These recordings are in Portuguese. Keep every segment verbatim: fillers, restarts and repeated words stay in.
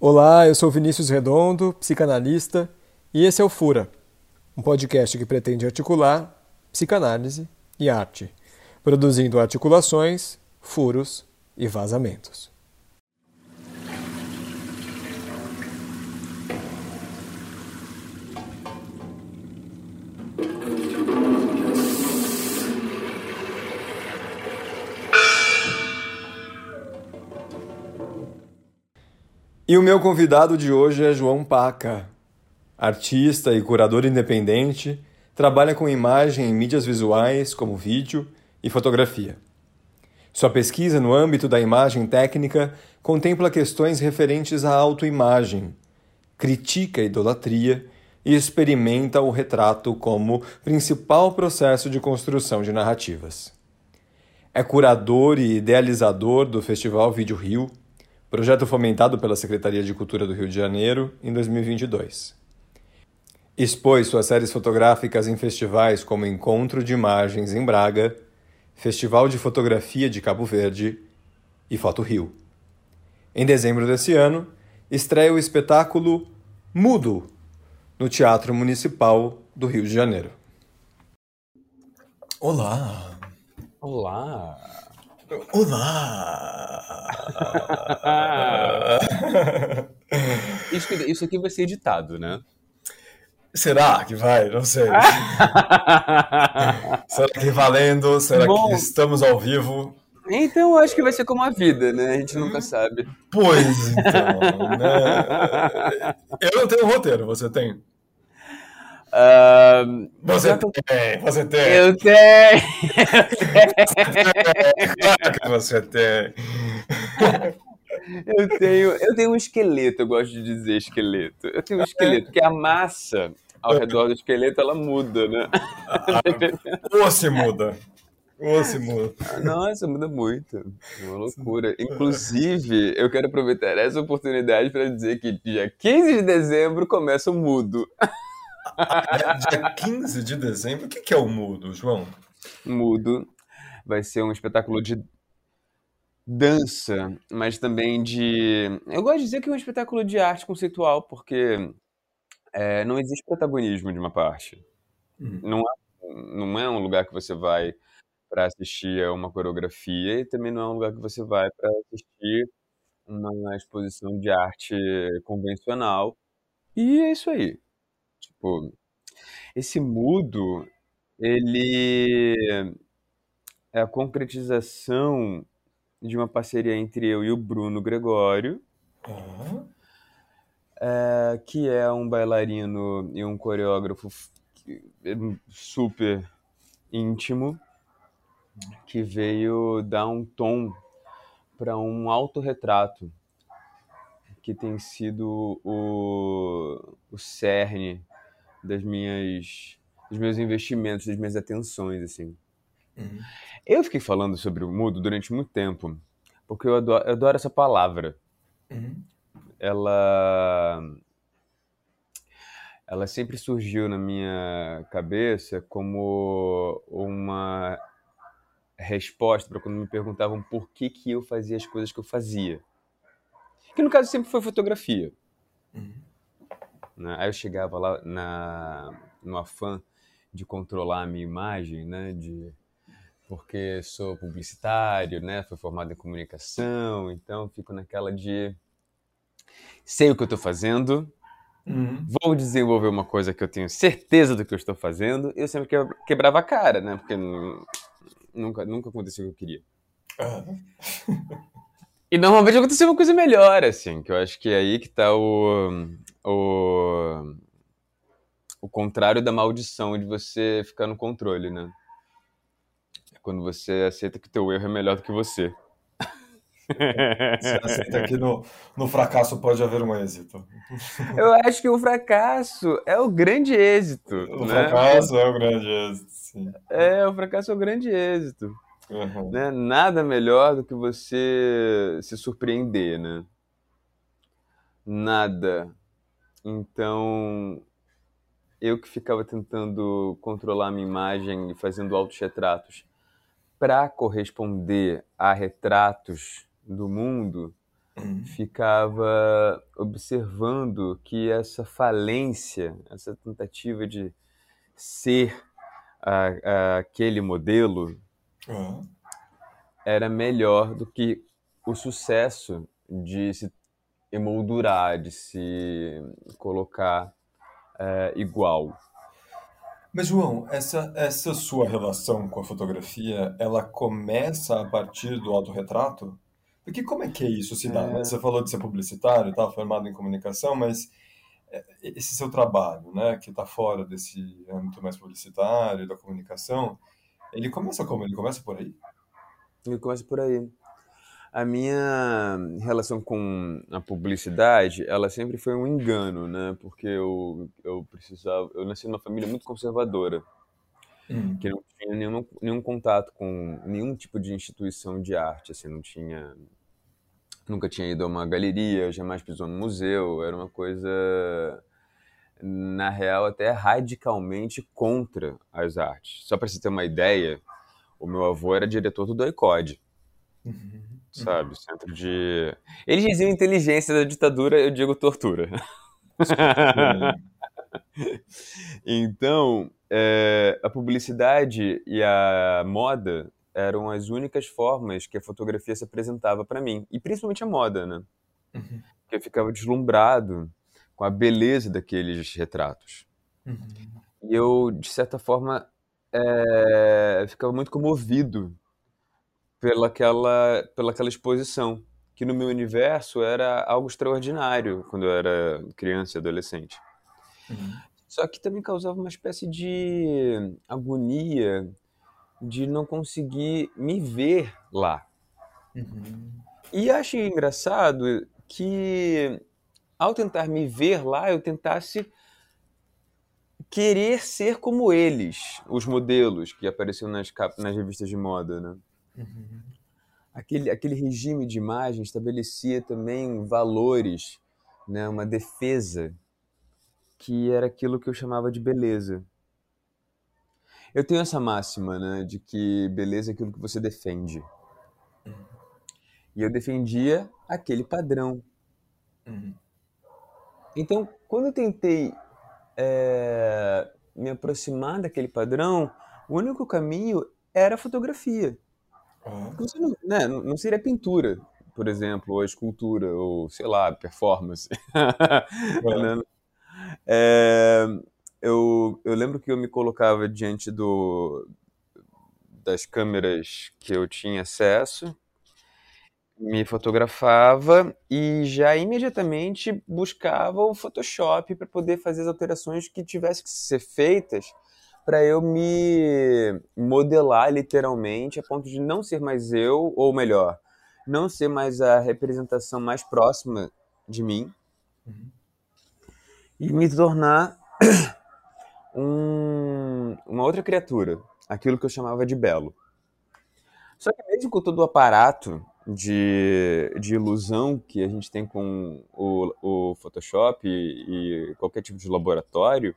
Olá, eu sou Vinícius Redondo, psicanalista, e esse é o Fura, um podcast que pretende articular psicanálise e arte, produzindo articulações, furos e vazamentos. E o meu convidado de hoje é João Paca. Artista e curador independente, trabalha com imagem em mídias visuais como vídeo e fotografia. Sua pesquisa no âmbito da imagem técnica contempla questões referentes à autoimagem, critica a idolatria e experimenta o retrato como principal processo de construção de narrativas. É curador e idealizador do Festival Vídeo Rio, projeto fomentado pela Secretaria de Cultura do Rio de Janeiro em dois mil e vinte e dois. Expôs suas séries fotográficas em festivais como Encontro de Imagens em Braga, Festival de Fotografia de Cabo Verde e Foto Rio. Em dezembro desse ano, estreia o espetáculo Mudo, no Teatro Municipal do Rio de Janeiro. Olá! Olá! Olá! Isso, isso aqui vai ser editado, né? Será que vai? Não sei. Será que valendo? Será Bom, que estamos ao vivo? Então acho que vai ser como a vida, né? A gente nunca sabe. Pois então, né? Eu não tenho roteiro, você tem? Uh, Você tem, você tem. Eu tenho! Claro que você tem. Eu tenho, eu tenho um esqueleto, eu gosto de dizer esqueleto. Eu tenho um esqueleto, que a massa ao redor do esqueleto, ela muda, né? Ou se muda. Ou se muda. Nossa, muda muito. É uma loucura. Inclusive, eu quero aproveitar essa oportunidade para dizer que dia quinze de dezembro começa o Mudo. Dia quinze de dezembro? O que é o Mudo, João? Mudo vai ser um espetáculo de dança, mas também de... Eu gosto de dizer que é um espetáculo de arte conceitual, porque é, não existe protagonismo de uma parte. Hum. Não é, não é um lugar que você vai para assistir a uma coreografia e também não é um lugar que você vai para assistir uma exposição de arte convencional. E é isso aí. Tipo, esse Mudo, ele é a concretização de uma parceria entre eu e o Bruno Gregório, Uhum. é, que é um bailarino e um coreógrafo super íntimo, que veio dar um tom para um autorretrato que tem sido o, o cerne das minhas, dos meus investimentos, das minhas atenções, assim. Uhum. Eu fiquei falando sobre o Mudo durante muito tempo, porque eu adoro, eu adoro essa palavra. Uhum. Ela, ela sempre surgiu na minha cabeça como uma resposta para quando me perguntavam por que, que eu fazia as coisas que eu fazia. Que no caso sempre foi fotografia. Uhum. Né? Aí eu chegava lá na, no afã de controlar a minha imagem, né? De, porque sou publicitário, né? Fui formado em comunicação, então fico naquela de sei o que eu estou fazendo, Uhum. vou desenvolver uma coisa que eu tenho certeza do que eu estou fazendo, e eu sempre quebrava a cara, né? Porque nunca, nunca aconteceu o que eu queria. Uhum. E normalmente aconteceu uma coisa melhor, assim, que eu acho que é aí que tá o, o, o contrário da maldição de você ficar no controle, né? É quando você aceita que teu erro é melhor do que você. Você aceita que no, no fracasso pode haver um êxito. Eu acho que o fracasso é o grande êxito, O né? fracasso é o grande êxito, sim. É, o fracasso é o grande êxito. Uhum. Né? Nada melhor do que você se surpreender, né? Nada. Então, eu que ficava tentando controlar a minha imagem e fazendo autorretratos para corresponder a retratos do mundo, Uhum. ficava observando que essa falência, essa tentativa de ser a- a- aquele modelo Uhum. era melhor do que o sucesso de se emoldurar, de se colocar é, igual. Mas, João, essa, essa sua relação com a fotografia, ela começa a partir do autorretrato? Porque como é que é isso se dá, né? É, Você falou de ser publicitário, e tal, formado em comunicação, mas é, esse seu trabalho, né, que está fora desse âmbito mais publicitário, da comunicação, ele começa como? Ele começa por aí? e começa por aí. A minha relação com a publicidade, ela sempre foi um engano, né? Porque eu, eu precisava, eu nasci numa família muito conservadora, que Hum. não tinha nenhum, nenhum contato com nenhum tipo de instituição de arte, assim, não tinha, nunca tinha ido a uma galeria, jamais pisou no museu, era uma coisa, na real, até radicalmente contra as artes. Só para você ter uma ideia, o meu avô era diretor do doicode, Uhum. Uhum. sabe? Centro de. Eles diziam inteligência da ditadura, eu digo tortura. Sim. Então, é, a publicidade e a moda eram as únicas formas que a fotografia se apresentava para mim. E principalmente a moda, né? Uhum. Porque eu ficava deslumbrado com a beleza daqueles retratos. Uhum. E eu, de certa forma, é, ficava muito comovido pelaquela, pelaquela exposição, que no meu universo era algo extraordinário quando eu era criança e adolescente. Uhum. Só que também causava uma espécie de agonia de não conseguir me ver lá. Uhum. E achei engraçado que, ao tentar me ver lá, eu tentasse querer ser como eles, os modelos que apareciam nas, cap- nas revistas de moda, né? Uhum. Aquele, aquele regime de imagem estabelecia também valores, né? Uma defesa, que era aquilo que eu chamava de beleza. Eu tenho essa máxima, né, de que beleza é aquilo que você defende. E eu defendia aquele padrão. Uhum. Então, quando eu tentei é, me aproximar daquele padrão, o único caminho era a fotografia. Ah. Porque você não, né, não seria pintura, por exemplo, ou escultura, ou sei lá, performance. Ah. Né? É, eu, eu lembro que eu me colocava diante do, das câmeras que eu tinha acesso, me fotografava e já imediatamente buscava o Photoshop para poder fazer as alterações que tivessem que ser feitas para eu me modelar literalmente a ponto de não ser mais eu, ou melhor, não ser mais a representação mais próxima de mim Uhum. e me tornar um, uma outra criatura, aquilo que eu chamava de belo. Só que mesmo com todo o aparato de, de ilusão que a gente tem com o, o Photoshop e, e qualquer tipo de laboratório,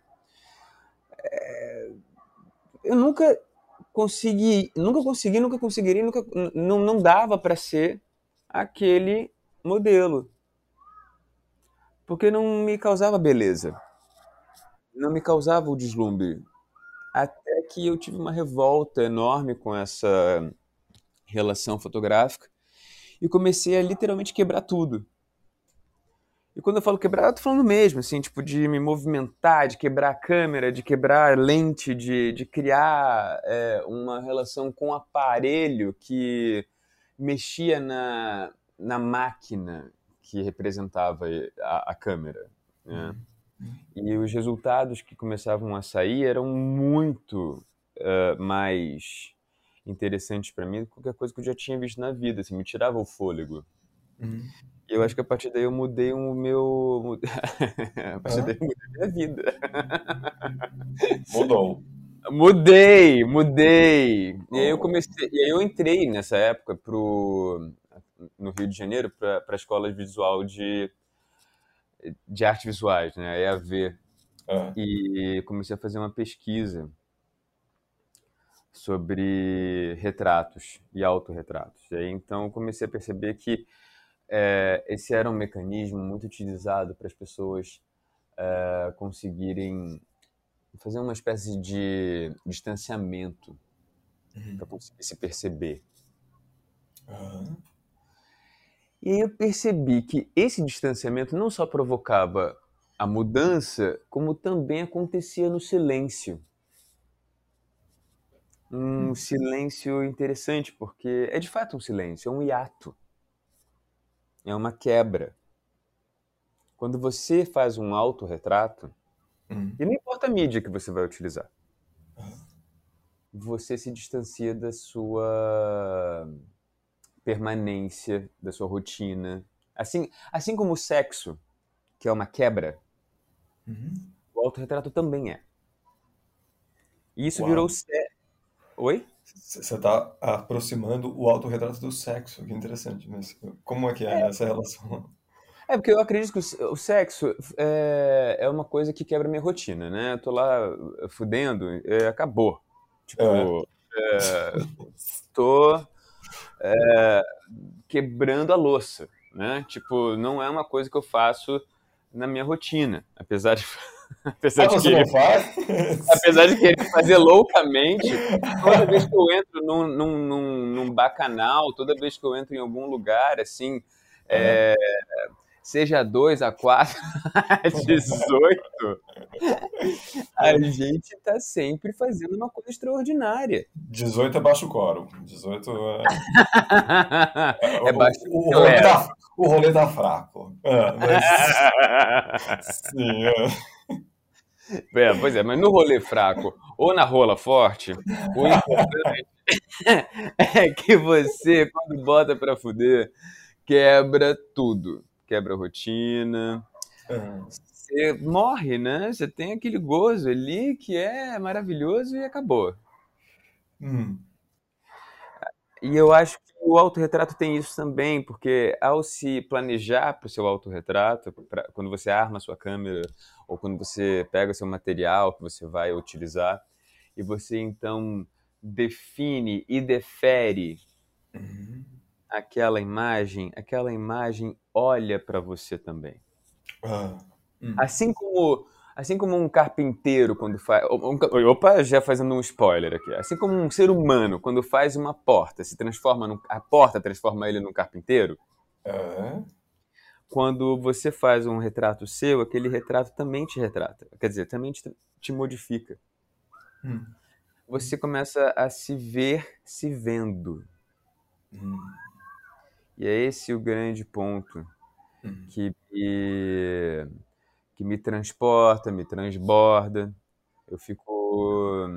eu nunca consegui, nunca consegui, nunca conseguiria, nunca, não, não dava para ser aquele modelo, porque não me causava beleza, não me causava o deslumbre. Até que eu tive uma revolta enorme com essa relação fotográfica e comecei a literalmente quebrar tudo. E quando eu falo quebrar, eu tô falando mesmo, assim, tipo, de me movimentar, de quebrar a câmera, de quebrar a lente, de, de criar é, uma relação com o aparelho que mexia na, na máquina que representava a, a câmera, né? Uhum. Uhum. E os resultados que começavam a sair eram muito eh, mais interessantes para mim do que qualquer coisa que eu já tinha visto na vida, assim, me tirava o fôlego. Uhum. E eu acho que a partir daí eu mudei o meu. A partir Ah. daí eu mudei a minha vida. Mudou. Mudei, mudei. E aí eu Oh. comecei. E aí eu entrei nessa época pro, no Rio de Janeiro para a escola visual de, de artes visuais, né? A E A V. Ah. E comecei a fazer uma pesquisa sobre retratos e autorretratos. E aí então eu comecei a perceber que é, esse era um mecanismo muito utilizado para as pessoas é, conseguirem fazer uma espécie de distanciamento para conseguir se perceber. Aham. E aí eu percebi que esse distanciamento não só provocava a mudança, como também acontecia no silêncio. Um silêncio interessante, porque é de fato um silêncio, é um hiato, é uma quebra. Quando você faz um autorretrato, Uhum. e não importa a mídia que você vai utilizar, você se distancia da sua permanência, da sua rotina. Assim, assim como o sexo, que é uma quebra, Uhum. o autorretrato também é. E isso virou... Uau. sé- Oi? Você está aproximando o autorretrato do sexo, que interessante. Mas como é que é essa relação? É porque eu acredito que o se- o sexo é, é uma coisa que quebra minha rotina, né? Eu tô lá fudendo, é, acabou. É. Tipo, tô quebrando a louça, né? Tipo, não é uma coisa que eu faço na minha rotina, apesar de, apesar Ah, de você não querer, faz? apesar de querer fazer loucamente. Toda vez que eu entro num, num, num, num bacanal, toda vez que eu entro em algum lugar, assim, É. é, seja dois a quatro a dezoito, a gente tá sempre fazendo uma coisa extraordinária. dezoito é baixo coro. dezoito é. É O, baixo o, o rolê clero. tá, o rolê tá fraco. É, mas. Sim, é. É, pois é, mas no rolê fraco ou na rola forte, o importante é que você, quando bota pra fuder, quebra tudo. Quebra a rotina. É. Você morre, né? Você tem aquele gozo ali que é maravilhoso e acabou. Hum. E eu acho que o autorretrato tem isso também, porque ao se planejar para o seu autorretrato, pra, quando você arma a sua câmera, ou quando você pega o seu material que você vai utilizar, e você então define e defere Uhum. aquela imagem, aquela imagem olha para você também. Ah. Hum. Assim como, assim como um carpinteiro quando faz... Um, opa, já fazendo um spoiler aqui. Assim como um ser humano quando faz uma porta, se transforma num, a porta transforma ele num carpinteiro, É. quando você faz um retrato seu, aquele retrato também te retrata. Quer dizer, também te, te modifica. Hum. Você começa a se ver se vendo. Hum. E é esse o grande ponto Hum. que me, que me transporta, me transborda. Eu fico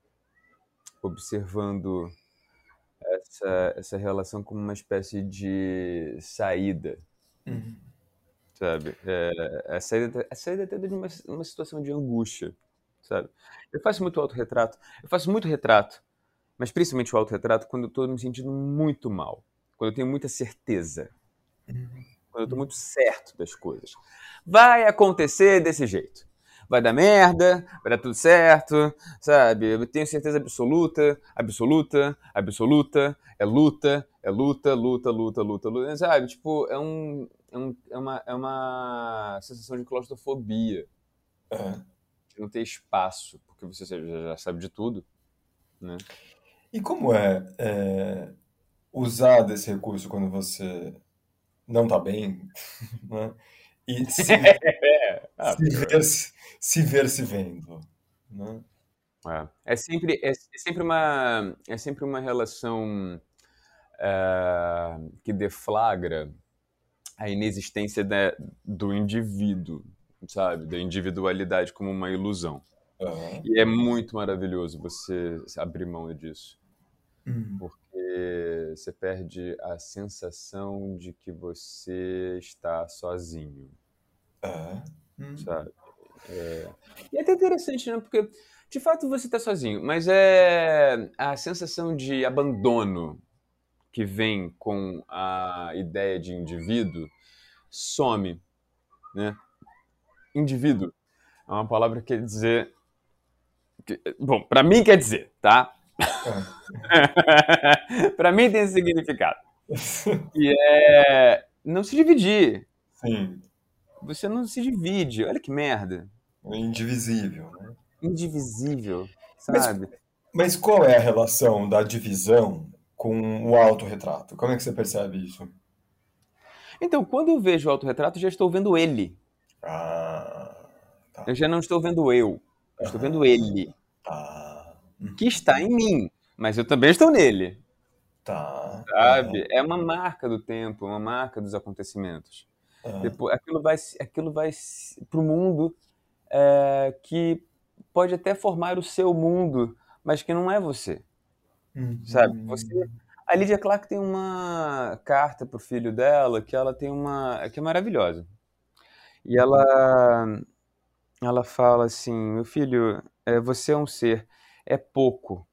observando essa, essa relação como uma espécie de saída, Hum. sabe? É, a saída, a saída até de uma, uma situação de angústia, sabe? Eu faço muito autorretrato, eu faço muito retrato, mas principalmente o autorretrato quando eu estou me sentindo muito mal, quando eu tenho muita certeza, quando eu estou muito certo das coisas. Vai acontecer desse jeito. Vai dar merda, vai dar tudo certo, sabe? Eu tenho certeza absoluta, absoluta, absoluta, é luta, é luta, luta, luta, luta, luta, sabe? Tipo, é, um, é, um, é, uma, é uma sensação de claustrofobia, É. de não ter espaço, porque você já, já sabe de tudo, né? E como é, é, usar desse recurso quando você não tá bem, né? E se, É, ah, se ver se, se ver se vendo, né? é. É sempre, é, é sempre uma, é sempre uma relação é, que deflagra a inexistência da- do indivíduo, sabe? Da individualidade como uma ilusão. Aham. E é muito maravilhoso você abrir mão disso, Hum. porque você perde a sensação de que você está sozinho, É. Hum. sabe? É... E é até interessante, né? Porque de fato você está sozinho, mas é a sensação de abandono que vem com a ideia de indivíduo some, né? Indivíduo é uma palavra que quer dizer. que- bom, para mim quer dizer, tá? É. Para mim tem esse significado. E é. não se dividir. Sim. Você não se divide. Olha que merda. É indivisível, né? Indivisível, Mas, sabe? mas qual é a relação da divisão com o autorretrato? Como é que você percebe isso? Então, quando eu vejo o autorretrato, já estou vendo ele. Ah, Eu tá. já não estou vendo eu. Eu estou vendo Aham, ele. tá. Que está em mim. Mas eu também estou nele. Tá. Aham, Sabe? É uma marca do tempo, uma marca dos acontecimentos. aham. Depois, aquilo vai, aquilo vai para o mundo é, que pode até formar o seu mundo, mas que não é você, sabe? Você, Uhum. a Lydia Clark tem uma carta pro filho dela que ela tem uma que é maravilhosa. E ela ela fala assim: meu filho, é, você é um ser, é pouco.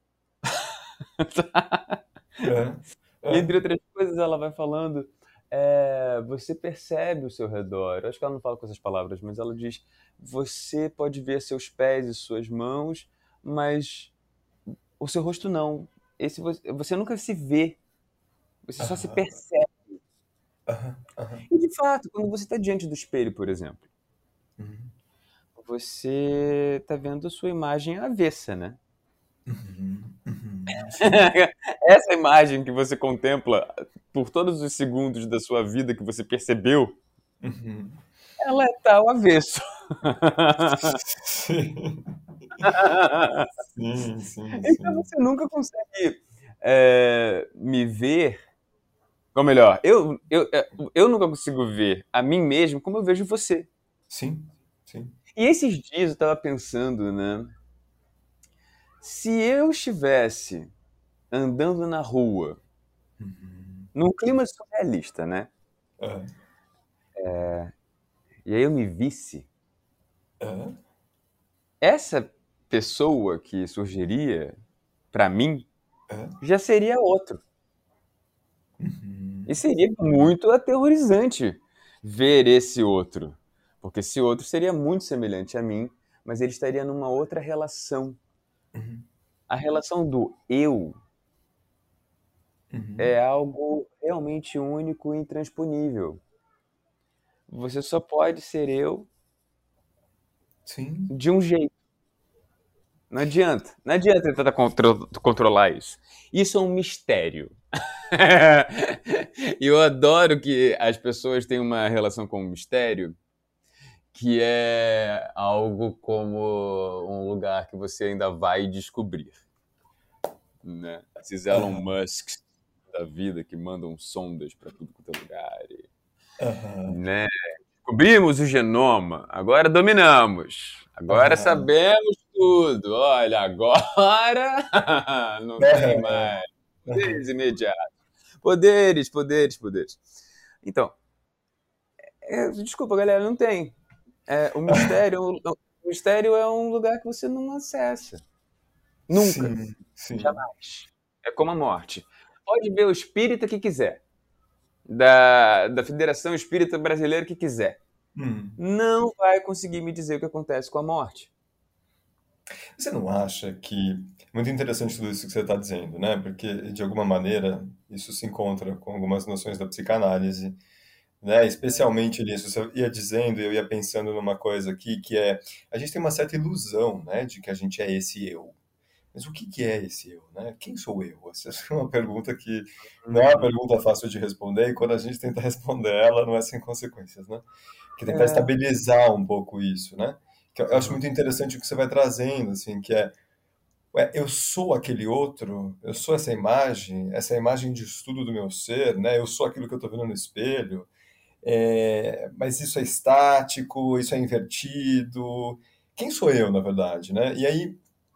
É, E é. entre outras coisas, ela vai falando, é, você percebe o seu redor. Eu acho que ela não fala com essas palavras, mas ela diz: você pode ver seus pés e suas mãos, mas o seu rosto não. Esse você, você nunca se vê, você só se Aham, percebe. aham, aham. E de fato, quando você está diante do espelho, por exemplo, Uhum, você está vendo a sua imagem avessa, né? uhum, uhum. Sim. Essa imagem que você contempla por todos os segundos da sua vida que você percebeu, Uhum. ela está ao avesso. Sim, sim, sim, Então sim. você nunca consegue é, me ver, ou melhor, eu, eu, é, eu nunca consigo ver a mim mesmo como eu vejo você. Sim, sim. E esses dias eu estava pensando, né? Se eu estivesse andando na rua, Uhum. num clima surrealista, né? É, E aí eu me visse, é, essa pessoa que surgiria pra mim é. já seria outro. E Uhum. seria muito aterrorizante ver esse outro. Porque esse outro seria muito semelhante a mim, mas ele estaria numa outra relação. Uhum. A relação do eu Uhum. é algo realmente único e intransponível. Você só pode ser eu Sim. de um jeito. Não adianta. Não adianta tentar contro- controlar isso. Isso é um mistério. E eu adoro que as pessoas têm uma relação com o mistério que é algo como um lugar que você ainda vai descobrir, né? Esses Elon Aham, Musks da vida que mandam sondas para tudo quanto é lugar, e, aham, né? Descobrimos o genoma, agora dominamos, agora aham, sabemos tudo. Olha, agora não tem aham, mais aham. poderes imediatos, poderes, poderes, poderes. Então, é, desculpa, galera, não tem. É, o mistério, o mistério é um lugar que você não acessa. Nunca. Sim, sim. Jamais. É como a morte. Pode ver o espírita que quiser, da, da Federação Espírita Brasileira que quiser. Hum. Não vai conseguir me dizer o que acontece com a morte. Você não acha que muito interessante tudo isso que você está dizendo, né? Porque de alguma maneira isso se encontra com algumas noções da psicanálise, né? Especialmente nisso, você ia dizendo, e eu ia pensando numa coisa aqui que é a gente tem uma certa ilusão, né, de que a gente é esse eu. Mas o que que é esse eu, né? Quem sou eu? Essa é uma pergunta que não é uma Uhum. pergunta fácil de responder, e quando a gente tenta responder ela, não é sem consequências, né? Que tentar É. estabilizar um pouco isso, né? Que eu eu acho Uhum. muito interessante o que você vai trazendo, assim, que é, ué, eu sou aquele outro, eu sou essa imagem, essa imagem de estudo do meu ser, né? Eu sou aquilo que eu estou vendo no espelho, é, mas isso é estático, isso é invertido. Quem sou eu, na verdade, né? E aí,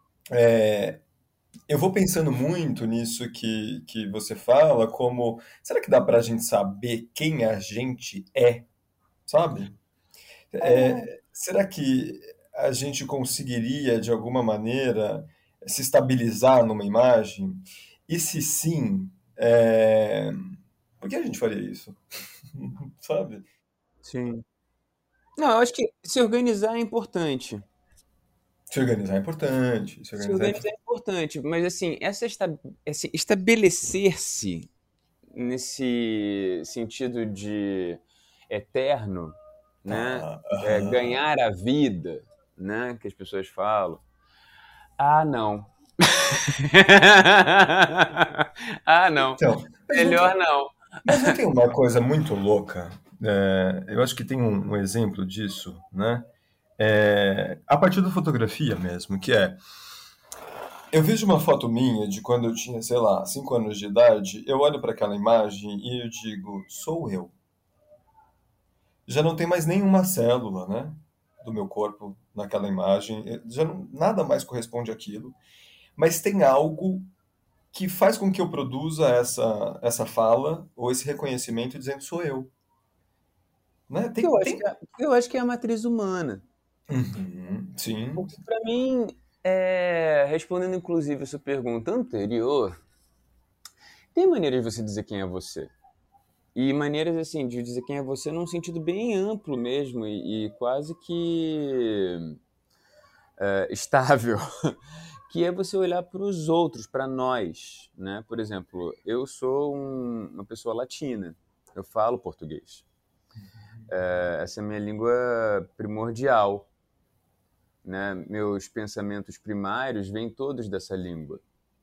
eu vou pensando muito nisso que, que você fala, como, será que dá para a gente saber quem a gente é, sabe? É, será que a gente conseguiria, de alguma maneira, se estabilizar numa imagem? E se sim, é, por que a gente faria isso? Sabe? Sim. Não, eu acho que se organizar é importante. Se organizar é importante, se Se organizar é... organizar é importante, mas assim, essa esta- esse estabelecer-se nesse sentido de eterno, né? Tá. É, Aham. ganhar a vida, né? Que as pessoas falam. Ah, não. Ah, não. Então, mas não Melhor tem, não. mas não tem uma coisa muito louca? É, eu acho que tem um, um exemplo disso, né? É, a partir da fotografia mesmo, que é, eu vejo uma foto minha de quando eu tinha, sei lá, cinco anos de idade, eu olho para aquela imagem e eu digo, sou eu. Já não tem mais nenhuma célula, né, do meu corpo naquela imagem, eh, já não, nada mais corresponde àquilo, mas tem algo que faz com que eu produza essa, essa fala ou esse reconhecimento dizendo sou eu, né? Que Tem, eu acho que tem... é, eu acho que é a matriz humana. Uhum, sim. Porque para mim, é, respondendo inclusive a sua pergunta anterior, tem maneiras de você dizer quem é você. E maneiras assim de dizer quem é você num sentido bem amplo mesmo e, e quase que é, estável, que é você olhar para os outros, para nós, né? Por exemplo, eu sou um- uma pessoa latina, eu falo português. É, essa é a minha língua primordial, né? Meus pensamentos primários vêm todos dessa língua.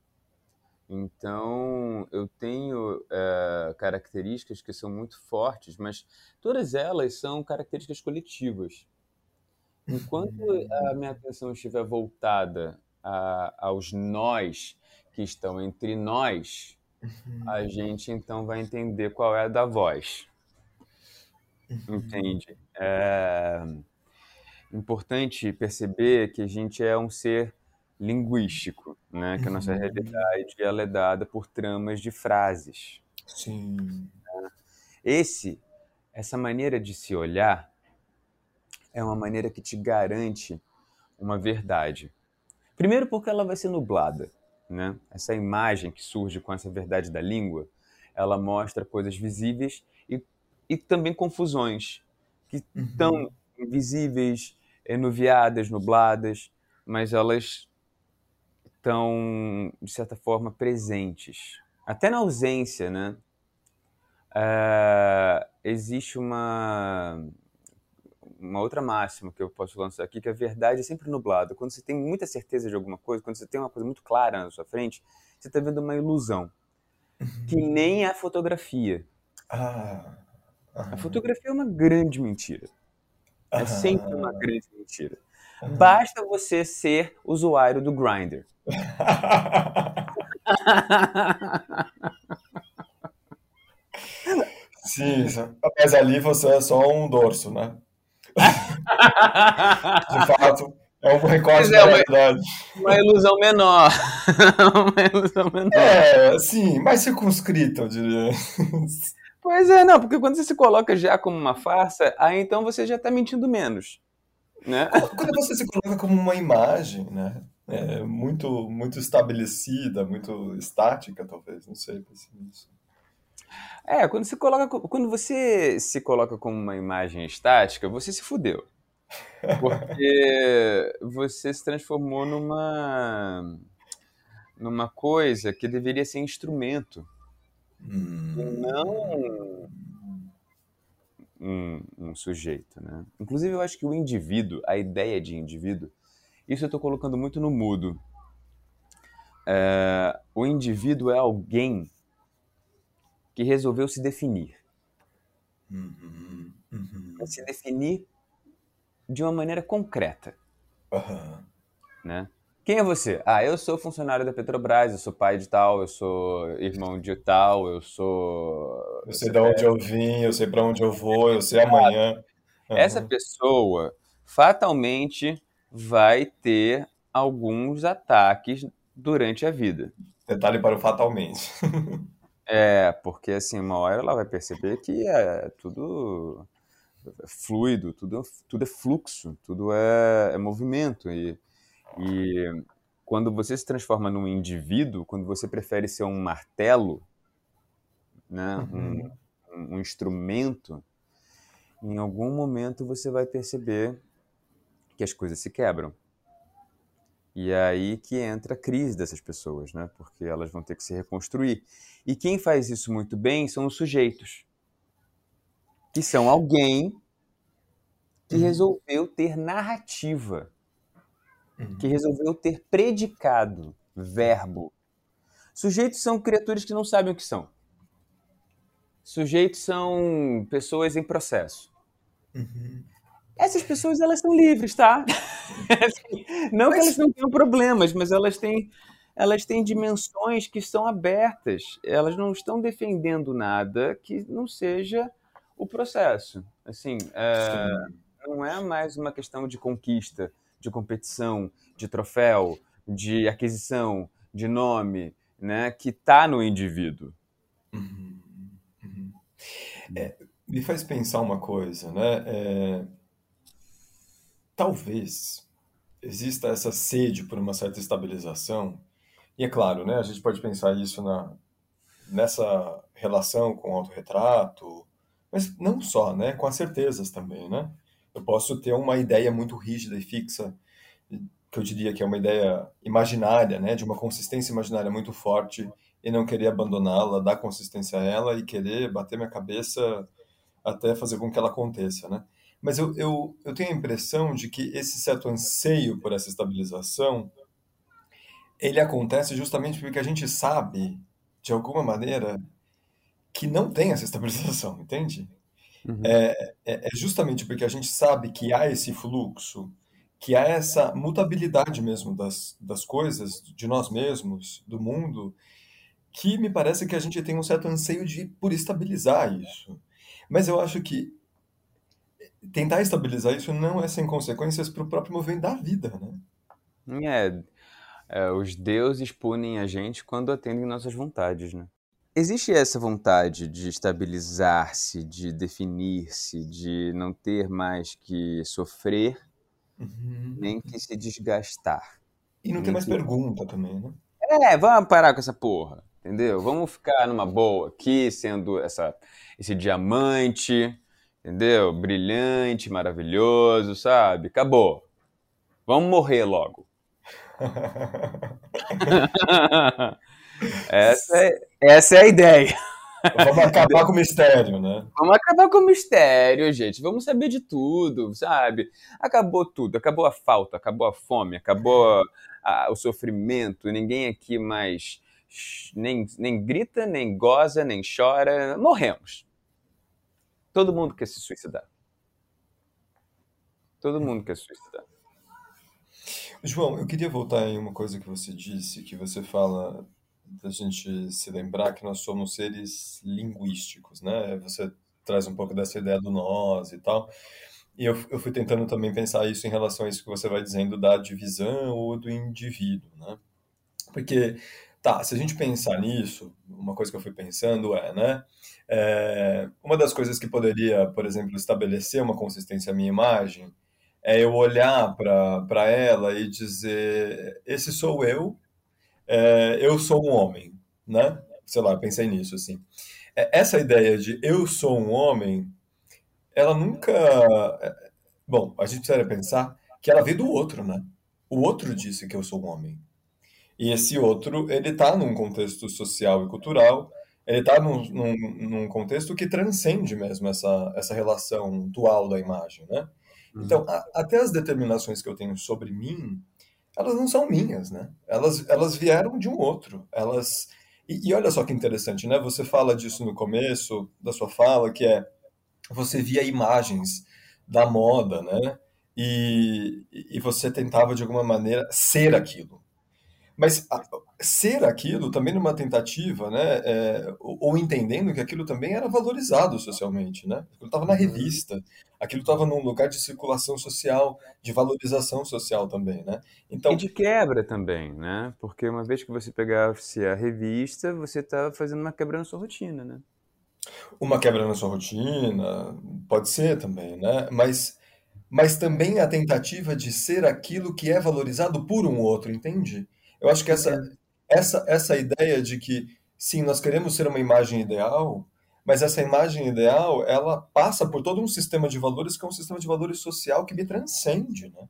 Então, eu tenho eh, características que são muito fortes, mas todas elas são características coletivas. Enquanto a minha atenção estiver voltada a- aos nós que estão entre nós, a gente então vai entender qual é a da voz, entende? É importante perceber que a gente é um ser linguístico, né? Que a nossa Uhum, realidade ela é dada por tramas de frases. sim. Esse, essa maneira de se olhar é uma maneira que te garante uma verdade. Primeiro porque ela vai ser nublada, né? Essa imagem que surge com essa verdade da língua, ela mostra coisas visíveis e, e também confusões que estão Uhum, invisíveis, enuviadas, nubladas, mas elas estão, de certa forma, presentes. Até na ausência, né? Ah, existe uma, uma outra máxima que eu posso lançar aqui, que a verdade é sempre nublada. Quando você tem muita certeza de alguma coisa, quando você tem uma coisa muito clara na sua frente, você está vendo uma ilusão, que uhum. nem a fotografia. Ah, A aham, fotografia é uma grande mentira. É sempre uma aham, grande mentira. aham. Basta você ser usuário do Grindr. Sim, isso. Mas ali você é só um dorso, né? De fato, é um Pois recorte é, da uma, realidade. uma ilusão menor. Uma ilusão menor. É, sim, mais circunscrita, eu diria. Pois é, não, porque quando você se coloca já como uma farsa, aí então você já está mentindo menos, né? Quando quando você se coloca como uma imagem, né? É, muito, muito estabelecida, muito estática, talvez, não sei, pense nisso. É, quando você coloca, quando você se coloca como uma imagem estática, você se fudeu, porque você se transformou numa numa coisa que deveria ser instrumento e não um, um sujeito, né? Inclusive, eu acho que o indivíduo, a ideia de indivíduo, isso eu estou colocando muito no mudo. É, o indivíduo é alguém que resolveu se definir, Uhum, mas se uhum. definir de uma maneira concreta, Aham. né? Quem é você? Ah, eu sou funcionário da Petrobras, eu sou pai de tal, eu sou irmão de tal, eu sou Eu sei de onde C P F. eu vim, eu sei para onde eu vou, eu sei amanhã. Essa Aham. pessoa fatalmente vai ter alguns ataques durante a vida. Detalhe para o fatalmente. É, porque assim, uma hora ela vai perceber que é tudo fluido, tudo, tudo é fluxo, tudo é, é movimento. E, e quando você se transforma num indivíduo, quando você prefere ser um martelo, né, um, Uhum. um instrumento, em algum momento você vai perceber que as coisas se quebram. E é aí que entra a crise dessas pessoas, né? Porque elas vão ter que se reconstruir. E quem faz isso muito bem são os sujeitos, que são alguém que Uhum. resolveu ter narrativa, que Uhum. resolveu ter predicado, verbo. Sujeitos são criaturas que não sabem o que são. Sujeitos são pessoas em processo. Uhum. Essas pessoas, elas são livres, tá? Assim, não que elas Mas, não tenham problemas, mas elas têm, elas têm dimensões que estão abertas. Elas não estão defendendo nada que não seja o processo. Assim, é, sim. não é mais uma questão de conquista, de competição, de troféu, de aquisição, de nome, né, que está no indivíduo. Uhum. Uhum. É, me faz pensar uma coisa, né? É, talvez exista essa sede por uma certa estabilização, e é claro, né? A gente pode pensar isso na, nessa relação com o autorretrato, mas não só, né? Com as certezas também, né? Eu posso ter uma ideia muito rígida e fixa, que eu diria que é uma ideia imaginária, né? De uma consistência imaginária muito forte e não querer abandoná-la, dar consistência a ela e querer bater minha cabeça até fazer com que ela aconteça, né? Mas eu, eu, eu tenho a impressão de que esse certo anseio por essa estabilização, ele acontece justamente porque a gente sabe, de alguma maneira, que não tem essa estabilização, entende? Uhum. É, é, é justamente porque a gente sabe que há esse fluxo, que há essa mutabilidade mesmo das, das coisas, de nós mesmos, do mundo, que me parece que a gente tem um certo anseio de por estabilizar isso. Mas eu acho que tentar estabilizar isso não é sem consequências para o próprio movimento da vida, né? É, é, os deuses punem a gente quando atendem nossas vontades, né? Existe essa vontade de estabilizar-se, de definir-se, de não ter mais que sofrer, Uhum. nem que se desgastar. E não tem Nem mais que. pergunta também, né? É, vamos parar com essa porra, entendeu? Vamos ficar numa boa aqui, sendo essa, esse diamante, entendeu? Brilhante, maravilhoso, sabe? Acabou. Vamos morrer logo. Essa é, essa é a ideia. Vamos acabar com o mistério, né? Vamos acabar com o mistério, gente. Vamos saber de tudo, sabe? Acabou tudo. Acabou a falta, acabou a fome, acabou a- o sofrimento. Ninguém aqui mais nem, nem grita, nem goza, nem chora. Morremos. Todo mundo quer se suicidar. Todo mundo quer se suicidar. João, eu queria voltar em uma coisa que você disse, que você fala da gente se lembrar que nós somos seres linguísticos, né? Você traz um pouco dessa ideia do nós e tal. E eu, eu fui tentando também pensar isso em relação a isso que você vai dizendo da divisão ou do indivíduo, né? Porque, tá, se a gente pensar nisso, uma coisa que eu fui pensando é, né? É, uma das coisas que poderia, por exemplo, estabelecer uma consistência à minha imagem é eu olhar para para ela e dizer: esse sou eu, é, eu sou um homem, né? Sei lá, pensei nisso assim. É, essa ideia de eu sou um homem, ela nunca. Bom, a gente precisa pensar que ela veio do outro, né? O outro disse que eu sou um homem. E esse outro, ele está num contexto social e cultural, ele está num, num, num contexto que transcende mesmo essa, essa relação dual da imagem, né? Então, Uhum. a- até as determinações que eu tenho sobre mim, elas não são minhas, né? Elas, elas vieram de um outro. Elas e, e olha só que interessante, né? Você fala disso no começo da sua fala, que é você via imagens da moda, né? E, e você tentava de alguma maneira ser aquilo. Mas a- ser aquilo também numa tentativa, né, é, ou, ou entendendo que aquilo também era valorizado socialmente, né? Aquilo estava na Uhum. revista, aquilo estava num lugar de circulação social, de valorização social também, né? E Então, de quebra também, né? Porque uma vez que você pegasse a revista, você está fazendo uma quebra na sua rotina, né? uma quebra na sua rotina, pode ser também, né? Mas, mas também a tentativa de ser aquilo que é valorizado por um outro, entende? Eu acho que essa, Entendo. essa, essa ideia de que, sim, nós queremos ser uma imagem ideal, mas essa imagem ideal, ela passa por todo um sistema de valores que é um sistema de valores social que me transcende, né?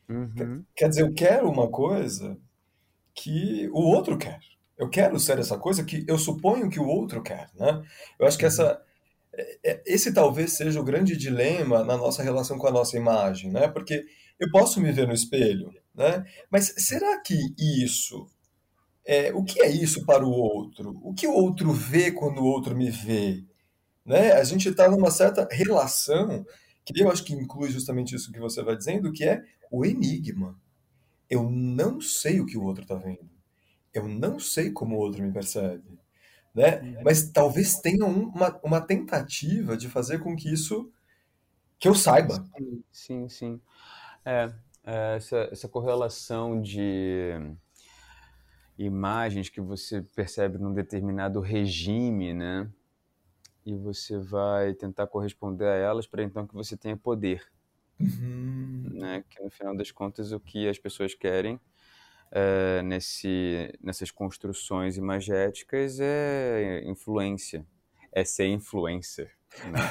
Uhum, Quer dizer, eu quero uma coisa que o outro quer. Eu quero ser essa coisa que eu suponho que o outro quer, né? Eu acho que uhum, essa, é- é- esse talvez seja o grande dilema na nossa relação com a nossa imagem, né? Porque eu posso me ver no espelho, né? Mas será que isso, é, o que é isso para o outro? O que o outro vê quando o outro me vê, né? A gente está numa certa relação que eu acho que inclui justamente isso que você vai dizendo, que é o enigma. Eu não sei o que o outro está vendo. Eu não sei como o outro me percebe, né? uhum. Mas talvez tenha um- uma, uma tentativa de fazer com que isso, que eu saiba. Sim, sim, sim. É, é, essa, essa correlação de imagens que você percebe num determinado regime, né? E você vai tentar corresponder a elas para então que você tenha poder, Uhum. né? Que no final das contas o que as pessoas querem é, nesse, nessas construções imagéticas é influência, é ser influencer, né?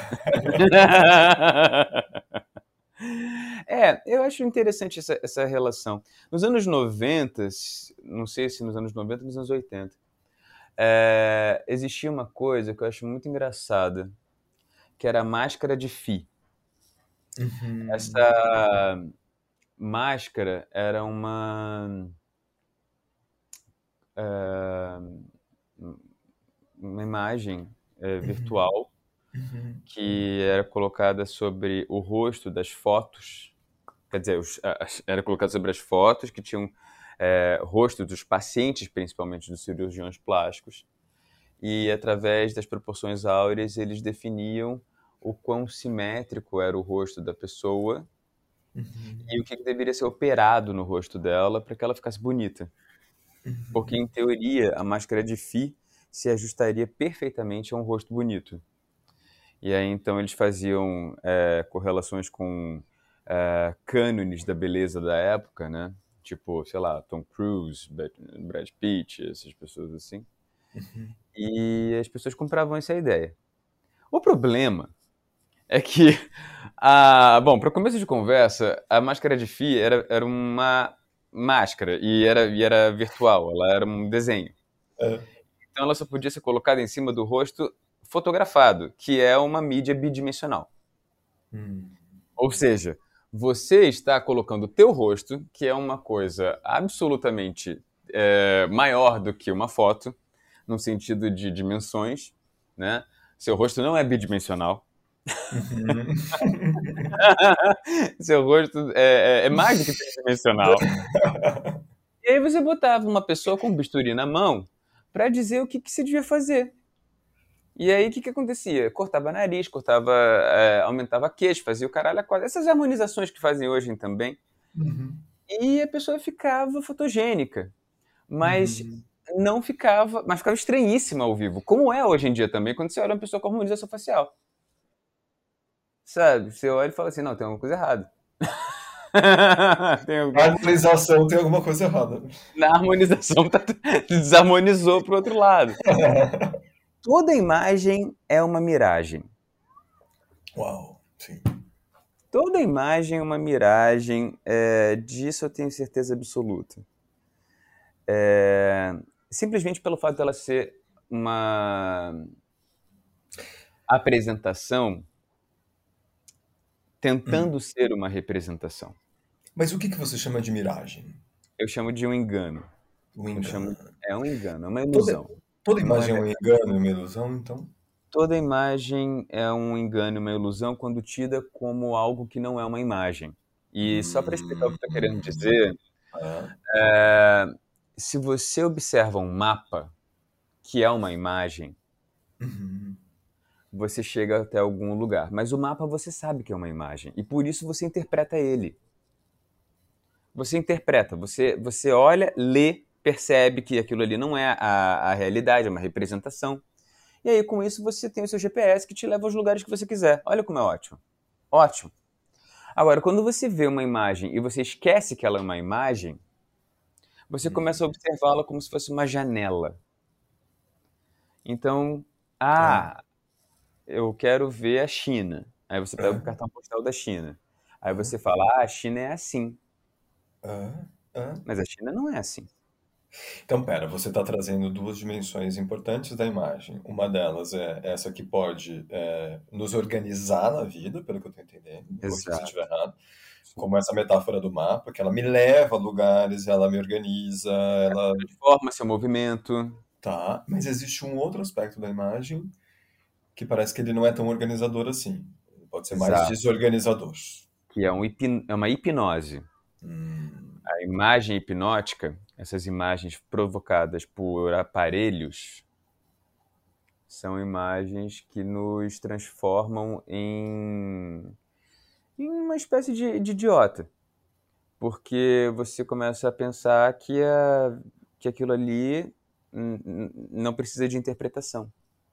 É, eu acho interessante essa, essa relação. Nos anos noventa, não sei se nos anos noventa ou nos anos oitenta, é, existia uma coisa que eu acho muito engraçada, que era a máscara de Fi. Uhum. Essa máscara era uma, é, uma imagem é, Uhum. virtual Uhum. que era colocada sobre o rosto das fotos, quer dizer, os- as- era colocada sobre as fotos que tinham é, rostos dos pacientes, principalmente dos cirurgiões plásticos, e através das proporções áureas eles definiam o quão simétrico era o rosto da pessoa Uhum. e o que que deveria ser operado no rosto dela para que ela ficasse bonita. Porque, em teoria, a máscara de Fi se ajustaria perfeitamente a um rosto bonito. E aí, então, eles faziam é, correlações com é, cânones da beleza da época, né? Tipo, sei lá, Tom Cruise, Brad Pitt, essas pessoas assim. Uhum. E as pessoas compravam essa ideia. O problema é que, a, bom, para começo de conversa, a máscara de Fi era, era uma máscara e era, e era virtual, ela era um desenho. É. Então ela só podia ser colocada em cima do rosto fotografado, que é uma mídia bidimensional. Hum. Ou seja, você está colocando o teu rosto, que é uma coisa absolutamente é, maior do que uma foto, no sentido de dimensões, né? Seu rosto não é bidimensional. Uhum. Seu rosto é, é, é mais do que tridimensional. E aí você botava uma pessoa com um bisturi na mão para dizer o que, que se devia fazer. E aí o que, que acontecia? Cortava nariz, cortava, é, aumentava queixo, fazia o caralho a quatro. Essas harmonizações que fazem hoje também. Uhum. E a pessoa ficava fotogênica, mas Uhum. não ficava, mas ficava estranhíssima ao vivo, como é hoje em dia também, quando você olha uma pessoa com harmonização facial. Sabe? Você olha e fala assim, não, tem alguma coisa errada. Tem A alguma... harmonização tem alguma coisa errada. Na harmonização tá... desarmonizou pro outro lado. Toda imagem é uma miragem. Uau, sim. Toda imagem é uma miragem, é, disso eu tenho certeza absoluta. É, simplesmente pelo fato dela ser uma apresentação Hum. tentando ser uma representação. Mas o que que você chama de miragem? Eu chamo de um engano. O Eu chamo, engano. é um engano, é uma Toda, ilusão. toda Não é imagem é um verdade. engano e uma ilusão, então? Toda imagem é um engano, uma ilusão quando tida como algo que não é uma imagem. E só para explicar o que Hum. eu estou querendo dizer, Ah. é, se você observa um mapa, que é uma imagem, Uhum. você chega até algum lugar. Mas o mapa você sabe que é uma imagem. E por isso você interpreta ele. Você interpreta, você, você olha, lê, percebe que aquilo ali não é a, a realidade, é uma representação. E aí, com isso, você tem o seu G P S que te leva aos lugares que você quiser. Olha como é ótimo. Ótimo. Agora, quando você vê uma imagem e você esquece que ela é uma imagem, você começa a observá-la como se fosse uma janela. Então, Ah. ah, eu quero ver a China. Aí você pega o Ah. cartão postal da China. Aí Ah. você fala, ah, a China é assim. Ah, ah. Mas a China não é assim. Então, pera, você está trazendo duas dimensões importantes da imagem. Uma delas é essa que pode é, nos organizar na vida, pelo que eu estou entendendo, me corrija se eu estiver Exato. errado, Sim. como essa metáfora do mapa, que ela me leva a lugares, ela me organiza, ela Transforma seu movimento. tá. Mas existe um outro aspecto da imagem que parece que ele não é tão organizador assim. Ele pode ser mais Exato. desorganizador. Que é, um hipn... é uma hipnose. Hum, A imagem hipnótica, essas imagens provocadas por aparelhos, são imagens que nos transformam em, em uma espécie de, de idiota. Porque você começa a pensar que, a, que aquilo ali n- n- não precisa de interpretação.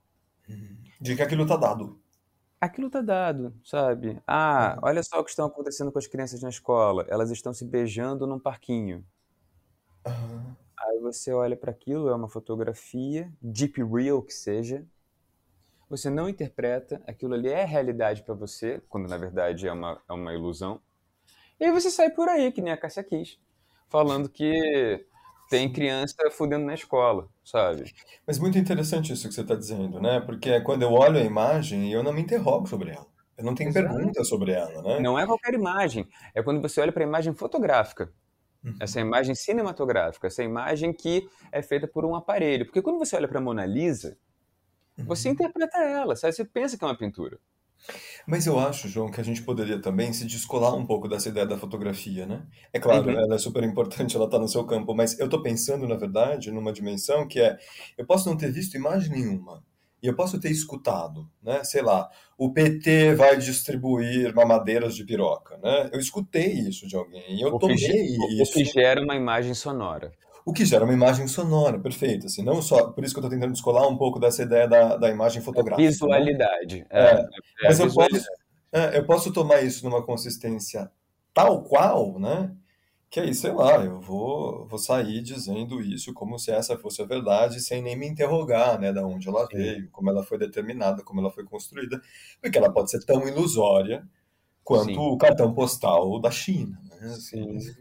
de que aquilo tá dado. Aquilo tá dado, sabe? Ah, Uhum. olha só o que estão acontecendo com as crianças na escola. Elas estão se beijando num parquinho. Ah, Aí você olha para aquilo, é uma fotografia, deep real que seja. Você não interpreta, aquilo ali é realidade para você, quando na verdade é uma, é uma ilusão. E aí você sai por aí, que nem a Cássia Kiss, falando que tem sim. criança fudendo na escola, sabe? Mas muito interessante isso que você está dizendo, né? Porque é quando eu olho a imagem, eu não me interrogo sobre ela. Eu não tenho Exato. pergunta sobre ela, né? Não é qualquer imagem, é quando você olha para a imagem fotográfica, essa Uhum, imagem cinematográfica, essa imagem que é feita por um aparelho. Porque quando você olha para a Mona Lisa, você uhum. interpreta ela, sabe? Você pensa que é uma pintura. Mas eu acho, João, que a gente poderia também se descolar um pouco dessa ideia da fotografia, né? É claro, Uhum. ela é super importante, ela está no seu campo, mas eu estou pensando, na verdade, numa dimensão que é, eu posso não ter visto imagem nenhuma, e eu posso ter escutado, né? Sei lá, o P T vai distribuir mamadeiras de piroca, né? Eu escutei isso de alguém, e eu O que, ge- tomei o- o que isso. gera uma imagem sonora. O que gera uma imagem sonora, perfeito, assim, não só, por isso que eu estou tentando descolar um pouco dessa ideia da, da imagem É fotográfica, né? visualidade. É, É, é a mas eu posso, visualidade. é, eu posso tomar isso numa consistência tal qual, né? Que aí, sei lá, eu vou, vou sair dizendo isso como se essa fosse a verdade, sem nem me interrogar, né, da onde ela Sim, veio, como ela foi determinada, como ela foi construída, porque ela pode ser tão ilusória quanto sim, o cartão postal da China, né? Assim, sim,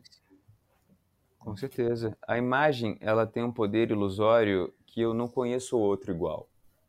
com certeza. A imagem, ela tem um poder ilusório que eu não conheço outro igual.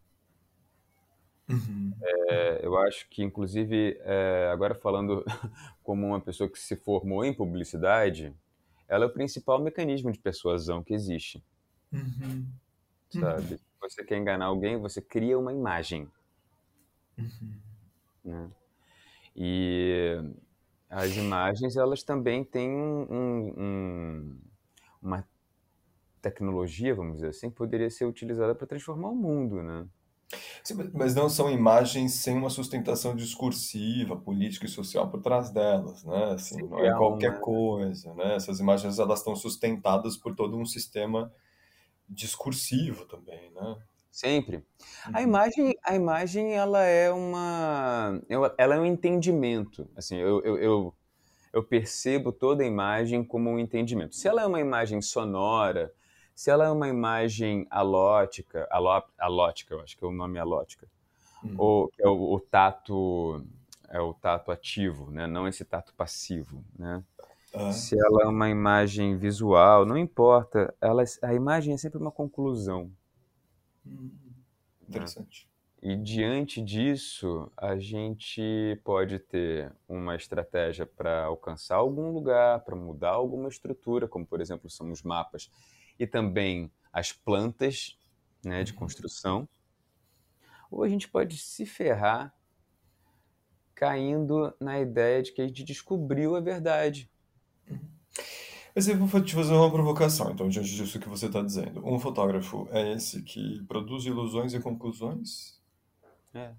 uhum, É, eu acho que, inclusive, é, agora falando como uma pessoa que se formou em publicidade, ela é o principal mecanismo de persuasão que existe, uhum, uhum, sabe? Se você quer enganar alguém, você cria uma imagem, uhum. né? E as imagens, elas também têm um, um- um- uma tecnologia, vamos dizer assim, que poderia ser utilizada para transformar o mundo, né? Sim, mas não são imagens sem uma sustentação discursiva, política e social por trás delas, né? Assim, não Sempre é há qualquer uma. coisa, né? Essas imagens elas estão sustentadas por todo um sistema discursivo também, né? Sempre. A Uhum, imagem, a imagem, ela é uma, eu- ela é um entendimento. Assim, eu, eu, eu, eu percebo toda a imagem como um entendimento. Se ela é uma imagem sonora, se ela é uma imagem alótica, aló, alótica, eu acho que é o nome alótica, uhum. ou que é o, o tato, é o tato ativo, né? Não esse tato passivo, né? Ah, Se ela é uma imagem visual, não importa, ela, a imagem é sempre uma conclusão, hum, né? interessante. E diante disso, a gente pode ter uma estratégia para alcançar algum lugar, para mudar alguma estrutura, como por exemplo são os mapas, e também as plantas, né, de Uhum. construção, ou a gente pode se ferrar caindo na ideia de que a gente descobriu a verdade. Mas eu vou te fazer uma provocação, então, diante disso que você está dizendo. Um fotógrafo é esse que produz ilusões e conclusões? É.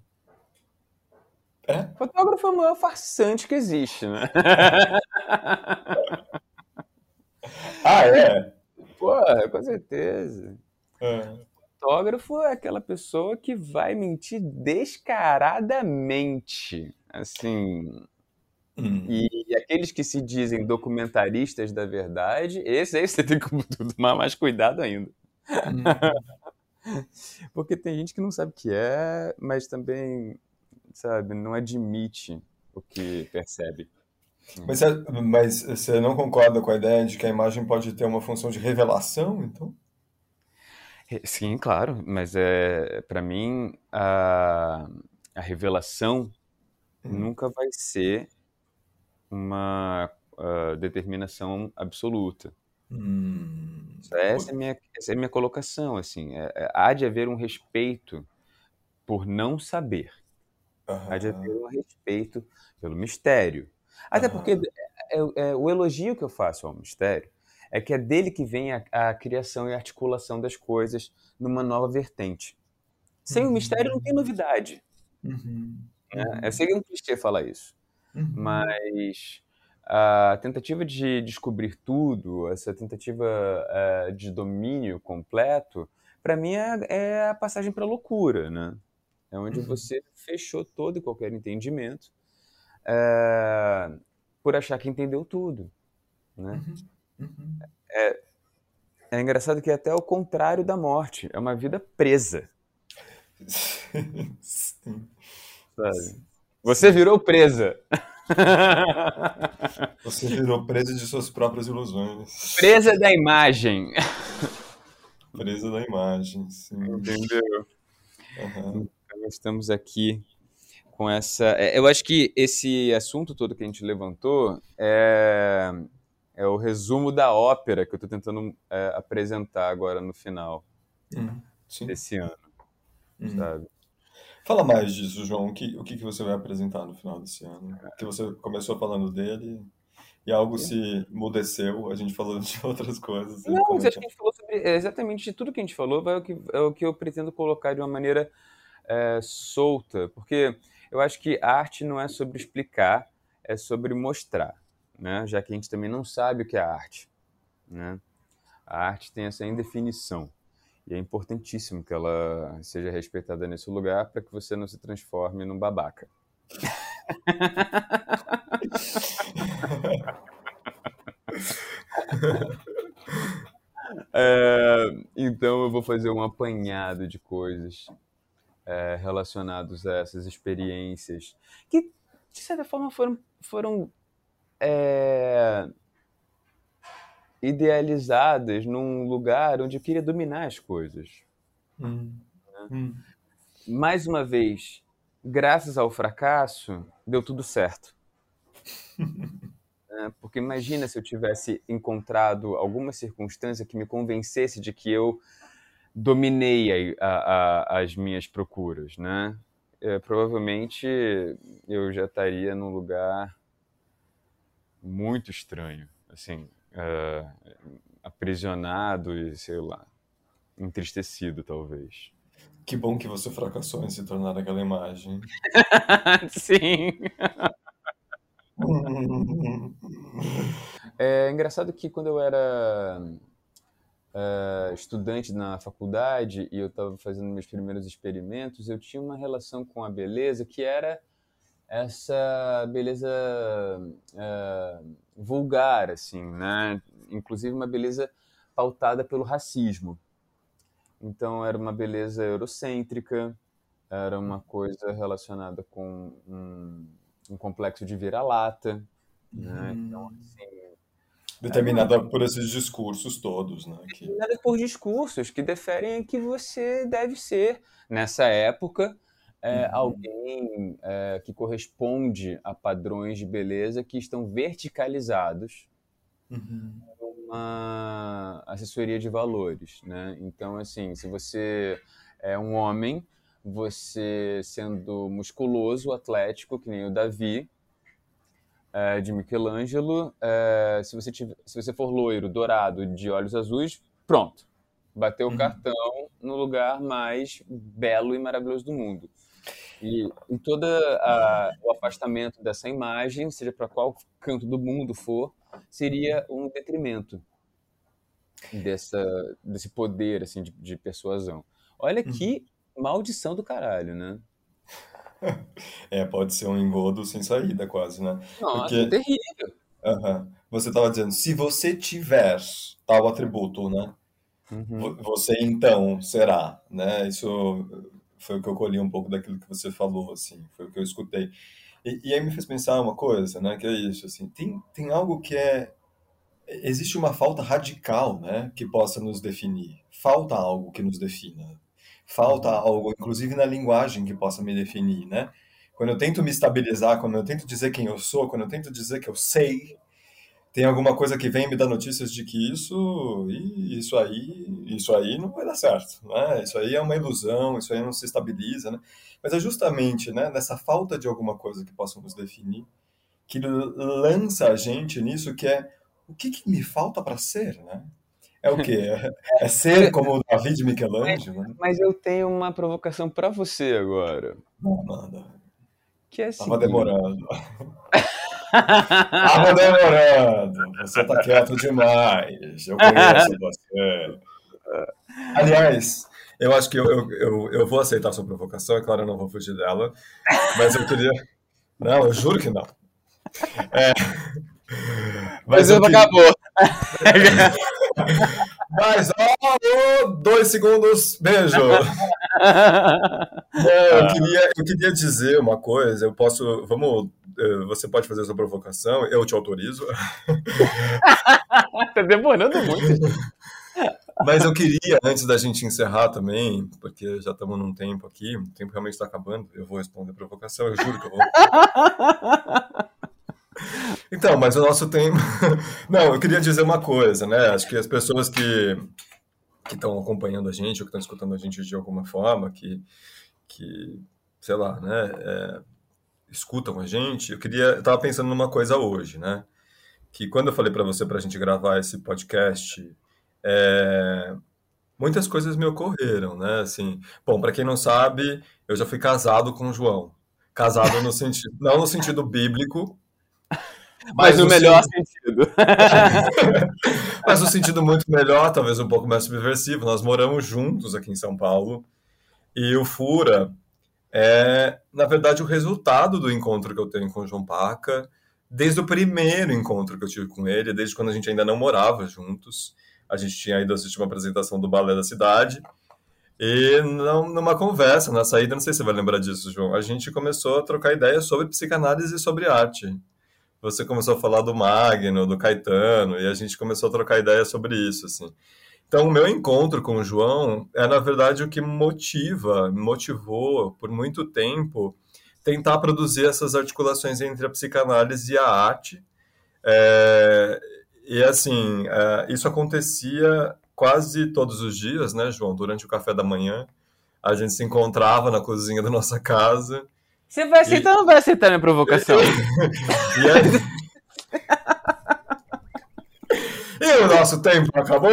É? Fotógrafo é o maior farsante que existe, né? Ah, é? Pô, com certeza. É. Fotógrafo é aquela pessoa que vai mentir descaradamente, assim. Hum, E, e aqueles que se dizem documentaristas da verdade, esse aí você tem que tomar mais cuidado ainda. hum. Porque tem gente que não sabe o que é, mas também, sabe, não admite o que percebe. Mas você, mas você não concorda com a ideia de que a imagem pode ter uma função de revelação, então? Sim, claro, mas é, para mim a, a revelação Hum. nunca vai ser uma ah, determinação absoluta. Hum. Essa é a minha, essa é a minha colocação, assim, é- é- há de haver um respeito por não saber, há de haver Aham, um respeito pelo mistério. Até porque aham. é, é- é- o elogio que eu faço ao mistério é que é dele que vem a, a criação e articulação das coisas numa nova vertente. Sem o mistério não tem Uhum, novidade, uhum, né? Eu uhum, sei que é um clichê falar isso, uhum, mas a tentativa de descobrir tudo, essa tentativa eh, de domínio completo, para mim é, é a passagem para a loucura, né? É onde uhum, você fechou todo e qualquer entendimento eh, por achar que entendeu tudo, né? uhum, uhum. É engraçado que é até o contrário da morte, é uma vida presa, Sim, sabe? Você sim. virou presa. Você virou presa de suas próprias ilusões. Presa da imagem. Presa da imagem, sim. Entendeu? Aham. Então, estamos aqui com essa. é, Eu acho que esse assunto todo que a gente levantou é, é o resumo da ópera que eu estou tentando é, apresentar agora no final Hum, sim. desse ano, Hum. sabe? Fala mais disso, João. O que, o que que você vai apresentar no final desse ano? Que você começou falando dele e algo se emudeceu, a gente falando de outras coisas. E Não, como mas é acho que é? que a gente falou sobre é, exatamente de tudo que a gente falou, vai o que, é o que eu pretendo colocar de uma maneira é, solta, porque eu acho que arte não é sobre explicar, é sobre mostrar, né? Já que a gente também não sabe o que é arte, né? A arte tem essa indefinição. E é importantíssimo que ela seja respeitada nesse lugar para que você não se transforme num babaca. É, então eu vou fazer um apanhado de coisas é, relacionadas a essas experiências que, de certa forma, foram, foram é, idealizadas num lugar onde eu queria dominar as coisas. Hum, hum, Mais uma vez, graças ao fracasso, deu tudo certo. Né? Porque imagina se eu tivesse encontrado alguma circunstância que me convencesse de que eu dominei a, a, as minhas procuras, né? É, provavelmente eu já estaria num lugar muito estranho, assim, é, aprisionado e, sei lá, entristecido, talvez. que bom que você fracassou em se tornar aquela imagem. Sim. Hum, É engraçado que quando eu era eh, estudante na faculdade e eu estava fazendo meus primeiros experimentos, eu tinha uma relação com a beleza que era essa beleza eh, vulgar, assim, né? Inclusive uma beleza pautada pelo racismo. Então era uma beleza eurocêntrica, era uma coisa relacionada com um, um complexo de vira-lata, né? Então, hum. assim, era uma Determinada por esses discursos todos, né? Que... nada por discursos que deferem que você deve ser, nessa época, é, Uhum, alguém é, que corresponde a padrões de beleza que estão verticalizados uhum, numa assessoria de valores, né? Então, assim, se você é um homem, você sendo musculoso, atlético, que nem o Davi, é, de Michelangelo, é, se, você tiver, se você for loiro, dourado, de olhos azuis, pronto. Bateu o uhum, cartão no lugar mais belo e maravilhoso do mundo. E, e todo o afastamento dessa imagem, seja para qual canto do mundo for, seria um detrimento dessa, desse poder assim, de, de persuasão. Olha uhum. que maldição do caralho, né? É, pode ser um engodo sem saída, quase, né? Nossa, Porque, terrível. aham, você estava dizendo, se você tiver tal atributo, né? vo- Uhum. Você então será, né? Isso foi o que eu colhi um pouco daquilo que você falou, assim, foi o que eu escutei. E, e aí me fez pensar uma coisa, né? Que é isso, assim, tem, tem algo que é existe uma falta radical, né, que possa nos definir. Falta algo que nos defina. Falta Uhum. algo, inclusive na linguagem, que possa me definir, né? Quando eu tento me estabilizar, quando eu tento dizer quem eu sou, quando eu tento dizer que eu sei, tem alguma coisa que vem me dar notícias de que isso, ih, isso aí, isso aí não vai dar certo, né? Isso aí é uma ilusão, isso aí não se estabiliza, né? Mas é justamente, né, nessa falta de alguma coisa que possa nos definir que lança a gente nisso que é o que, que me falta para ser, né? É o quê? É, é ser Mas, como o David mas, Michelangelo, né? mas eu tenho uma provocação para você agora, Não, nada. que é a Tava seguinte. demorando. Tava demorando. Você tá quieto demais. Eu conheço você. Aliás, eu acho que eu, eu, eu, eu vou aceitar a sua provocação, é claro, eu não vou fugir dela, mas eu queria. Não, eu juro que não. É, Meu mas eu tempo queria. acabou. Mas, ó, dois segundos, beijo. Não, eu Ah, queria, eu queria dizer uma coisa. Eu posso, vamos, eh, você pode fazer essa provocação, eu te autorizo. tá demorando muito. Mas eu queria, antes da gente encerrar também, porque já estamos num tempo aqui, o tempo realmente está acabando. Eu vou responder a provocação, eu juro que eu vou. Então, mas o nosso tempo. Não, eu queria dizer uma coisa, né? Acho que as pessoas que que estão acompanhando a gente ou que estão escutando a gente de alguma forma, que, que sei lá, né? É, escutam a gente. Eu queria, eu tava pensando numa coisa hoje, né? Que quando eu falei para você para a gente gravar esse podcast, é, muitas coisas me ocorreram, né? Assim, bom, para quem não sabe, eu já fui casado com o João. Casado no sentido, não no sentido bíblico, Mas mas no no, melhor sen- sentido. mas no sentido muito melhor, talvez um pouco mais subversivo. Nós moramos juntos aqui em São Paulo e o Fura é, na verdade, o resultado do encontro que eu tenho com o João Paca, desde o primeiro encontro que eu tive com ele, desde quando a gente ainda não morava juntos. A gente tinha ido assistir uma apresentação do Balé da Cidade. E não, numa conversa, na saída, não sei se você vai lembrar disso, João, a gente começou a trocar ideias sobre psicanálise e sobre arte. Você começou a falar do Magno, do Caetano, e a gente começou a trocar ideias sobre isso, assim. Então, o meu encontro com o João é, na verdade, o que me motiva, me motivou por muito tempo tentar produzir essas articulações entre a psicanálise e a arte. É, e, assim, é, isso acontecia quase todos os dias, né, João? Durante o café da manhã, a gente se encontrava na cozinha da nossa casa. Você vai E, aceitar ou não vai aceitar minha provocação? e, aí- e o nosso tempo acabou!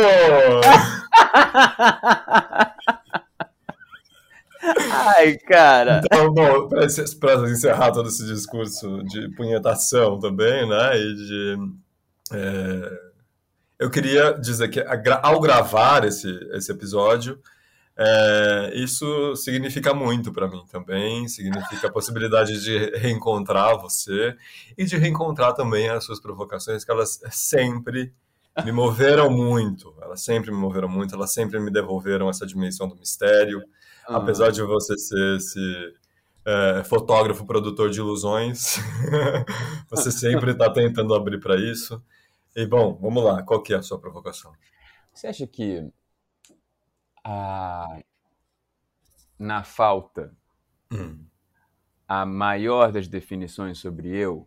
Ai, cara. Então, bom, para encerrar todo esse discurso de punhetação também, né, e de, é, eu queria dizer que a gra- ao gravar esse, esse episódio, é, isso significa muito para mim também, significa a possibilidade de reencontrar você e de reencontrar também as suas provocações, que elas sempre me moveram muito, elas sempre me moveram muito, elas sempre me devolveram essa dimensão do mistério, Ah, apesar de você ser esse é, fotógrafo, produtor de ilusões. Você sempre está tentando abrir para isso. E bom, vamos lá. Qual que é a sua provocação? você acha que a, na falta, Hum. a maior das definições sobre eu?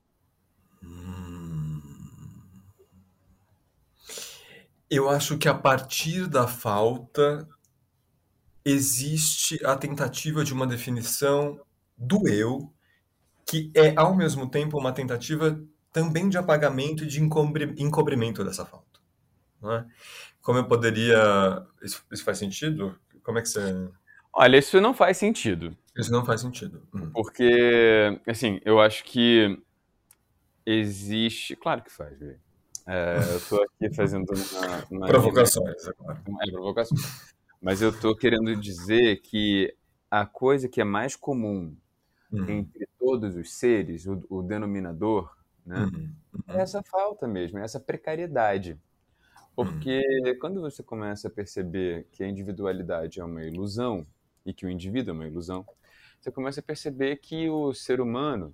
Eu acho que a partir da falta existe a tentativa de uma definição do eu, que é ao mesmo tempo uma tentativa também de apagamento e de encobri- encobrimento dessa falta. Não é? Como eu poderia. Isso, isso faz sentido? Como é que você. Olha, isso não faz sentido. Isso não faz sentido. Hum. Porque, assim, eu acho que existe. Claro que faz, velho. É, eu tô aqui fazendo uma, uma linha. Provocações, é claro. É provocação. Mas eu tô querendo dizer que a coisa que é mais comum Uhum, entre todos os seres, o, o denominador, né, uhum, é uhum, essa falta mesmo, é essa precariedade. uhum, Porque quando você começa a perceber que a individualidade é uma ilusão e que o indivíduo é uma ilusão, você começa a perceber que o ser humano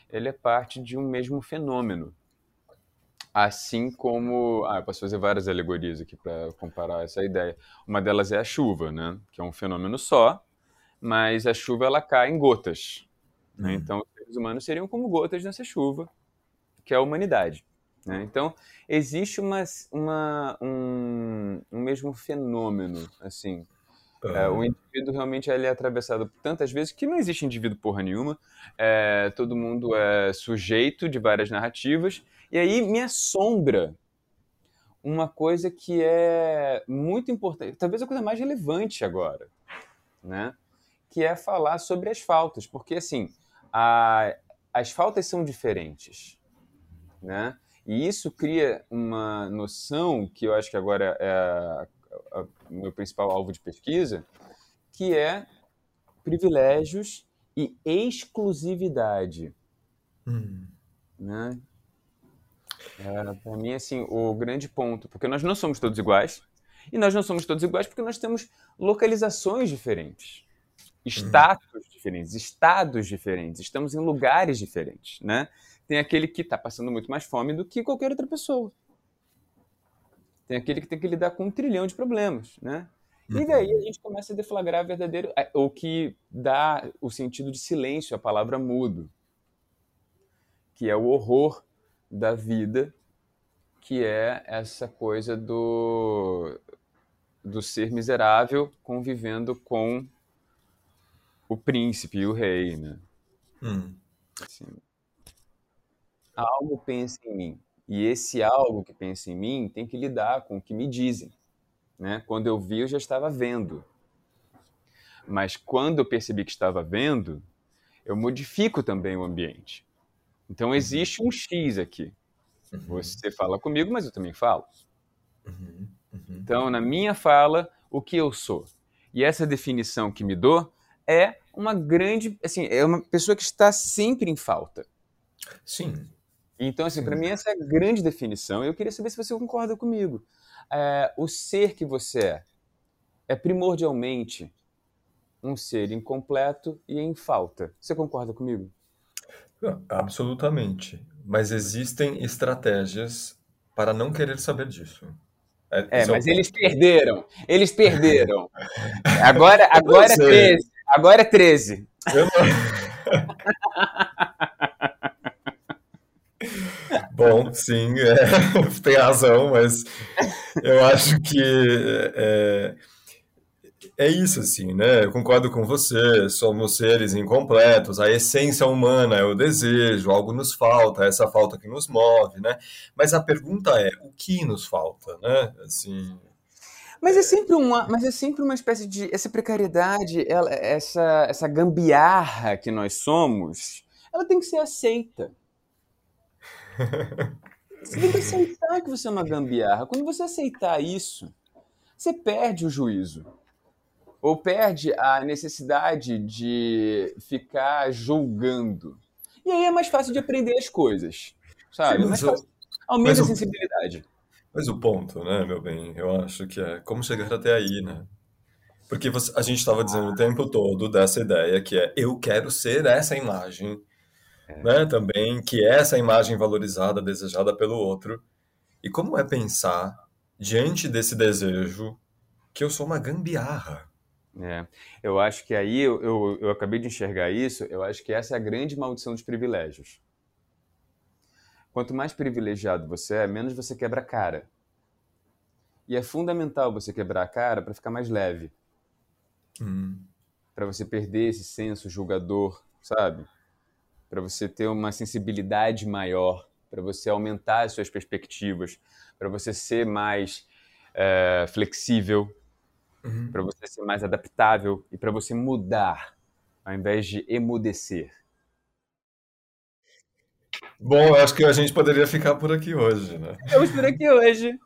ele é parte de um mesmo fenômeno. Assim como... Ah, eu posso fazer várias alegorias aqui para comparar essa ideia. Uma delas é a chuva, né? Que é um fenômeno só, mas a chuva ela cai em gotas, né? Hum. Então, os seres humanos seriam como gotas nessa chuva, que é a humanidade, né? Então, existe uma, uma, um, um mesmo fenômeno, assim. É, o Aham. indivíduo realmente ele é atravessado por tantas vezes que não existe indivíduo porra nenhuma. É, todo mundo é sujeito de várias narrativas. E aí me assombra uma coisa que é muito importante, talvez a coisa mais relevante agora, né? Que é falar sobre as faltas. Porque, assim, a, as faltas são diferentes, né? E isso cria uma noção que eu acho que agora é o meu principal alvo de pesquisa, que é privilégios e exclusividade, Hum. né? É, para mim, assim, o grande ponto, porque nós não somos todos iguais, e nós não somos todos iguais porque nós temos localizações diferentes, Hum. status diferentes, estados diferentes, estamos em lugares diferentes, né? Tem aquele que está passando muito mais fome do que qualquer outra pessoa. Tem aquele que tem que lidar com um trilhão de problemas, né? E daí a Uhum. gente começa a deflagrar verdadeiro, o que dá o sentido de silêncio, a palavra mudo, que é o horror da vida, que é essa coisa do, do ser miserável convivendo com o príncipe e o rei, né? Hum. Assim, algo pensa em mim. E esse algo que pensa em mim tem que lidar com o que me dizem, né? Quando eu vi, eu já estava vendo. Mas quando eu percebi que estava vendo, eu modifico também o ambiente. Então Uhum. existe um X aqui. Uhum. Você fala comigo, mas eu também falo. Uhum. Uhum. Então, na minha fala, o que eu sou? E essa definição que me dou é uma grande, assim, é uma pessoa que está sempre em falta. Sim, Então, assim, para sim. mim essa é a grande definição. Eu queria saber se você concorda comigo. É, o ser que você é é primordialmente um ser incompleto e em falta. Você concorda comigo? Não, absolutamente. Mas existem estratégias para não querer saber disso. É- É, esse é o mas eles ponto. perderam. Eles perderam. Agora, Eu não agora é sei. treze. Agora é treze. Eu não... Bom, sim, é, tem razão, mas eu acho que é, é isso, assim, né? Eu concordo com você, somos seres incompletos, a essência humana é o desejo, algo nos falta, essa falta que nos move, né? Mas a pergunta é, o que nos falta, né? Assim, Mas é sempre uma, mas é sempre uma espécie de essa precariedade, ela- essa essa gambiarra que nós somos, ela tem que ser aceita. Você tem que aceitar que você é uma gambiarra. Quando você aceitar isso, você perde o juízo. Ou perde a necessidade de ficar julgando. E aí é mais fácil de aprender as coisas, sim, sabe? É mais mas fácil. o, mas Aumenta a o, sensibilidade. mas o ponto, né, meu bem, eu acho que é como chegar até aí, né? Porque você- a gente estava dizendo o tempo todo dessa ideia que é eu quero ser essa imagem, É. né? Também que é essa imagem valorizada, desejada pelo outro. E como é pensar diante desse desejo que eu sou uma gambiarra? É, eu acho que aí eu, eu, eu acabei de enxergar isso. Eu acho que essa é a grande maldição dos privilégios. Quanto mais privilegiado você é, menos você quebra a cara. E é fundamental você quebrar a cara para ficar mais leve, Hum. para você perder esse senso julgador, sabe? Para você ter uma sensibilidade maior, para você aumentar as suas perspectivas, para você ser mais é, flexível, para Uhum. você ser mais adaptável e para você mudar, ao invés de emudecer. Bom, eu acho que a gente poderia ficar por aqui hoje, né? Ficamos por aqui hoje.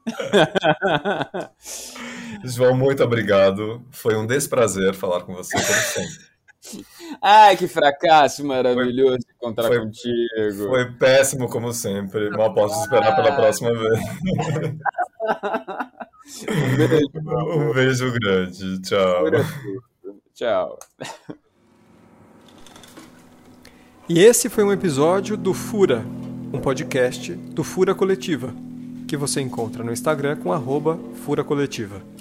João, muito obrigado. Foi um desprazer falar com você, como sempre. Ai, que fracasso Foi, maravilhoso encontrar foi, contigo. foi péssimo, como sempre. Mal posso esperar pela Ah, próxima vez. um beijo, meu Um amor. beijo grande. Tchau. Cura tudo. Tchau. E esse foi um episódio do Fura, um podcast do Fura Coletiva, que você encontra no Instagram com arroba Fura Coletiva.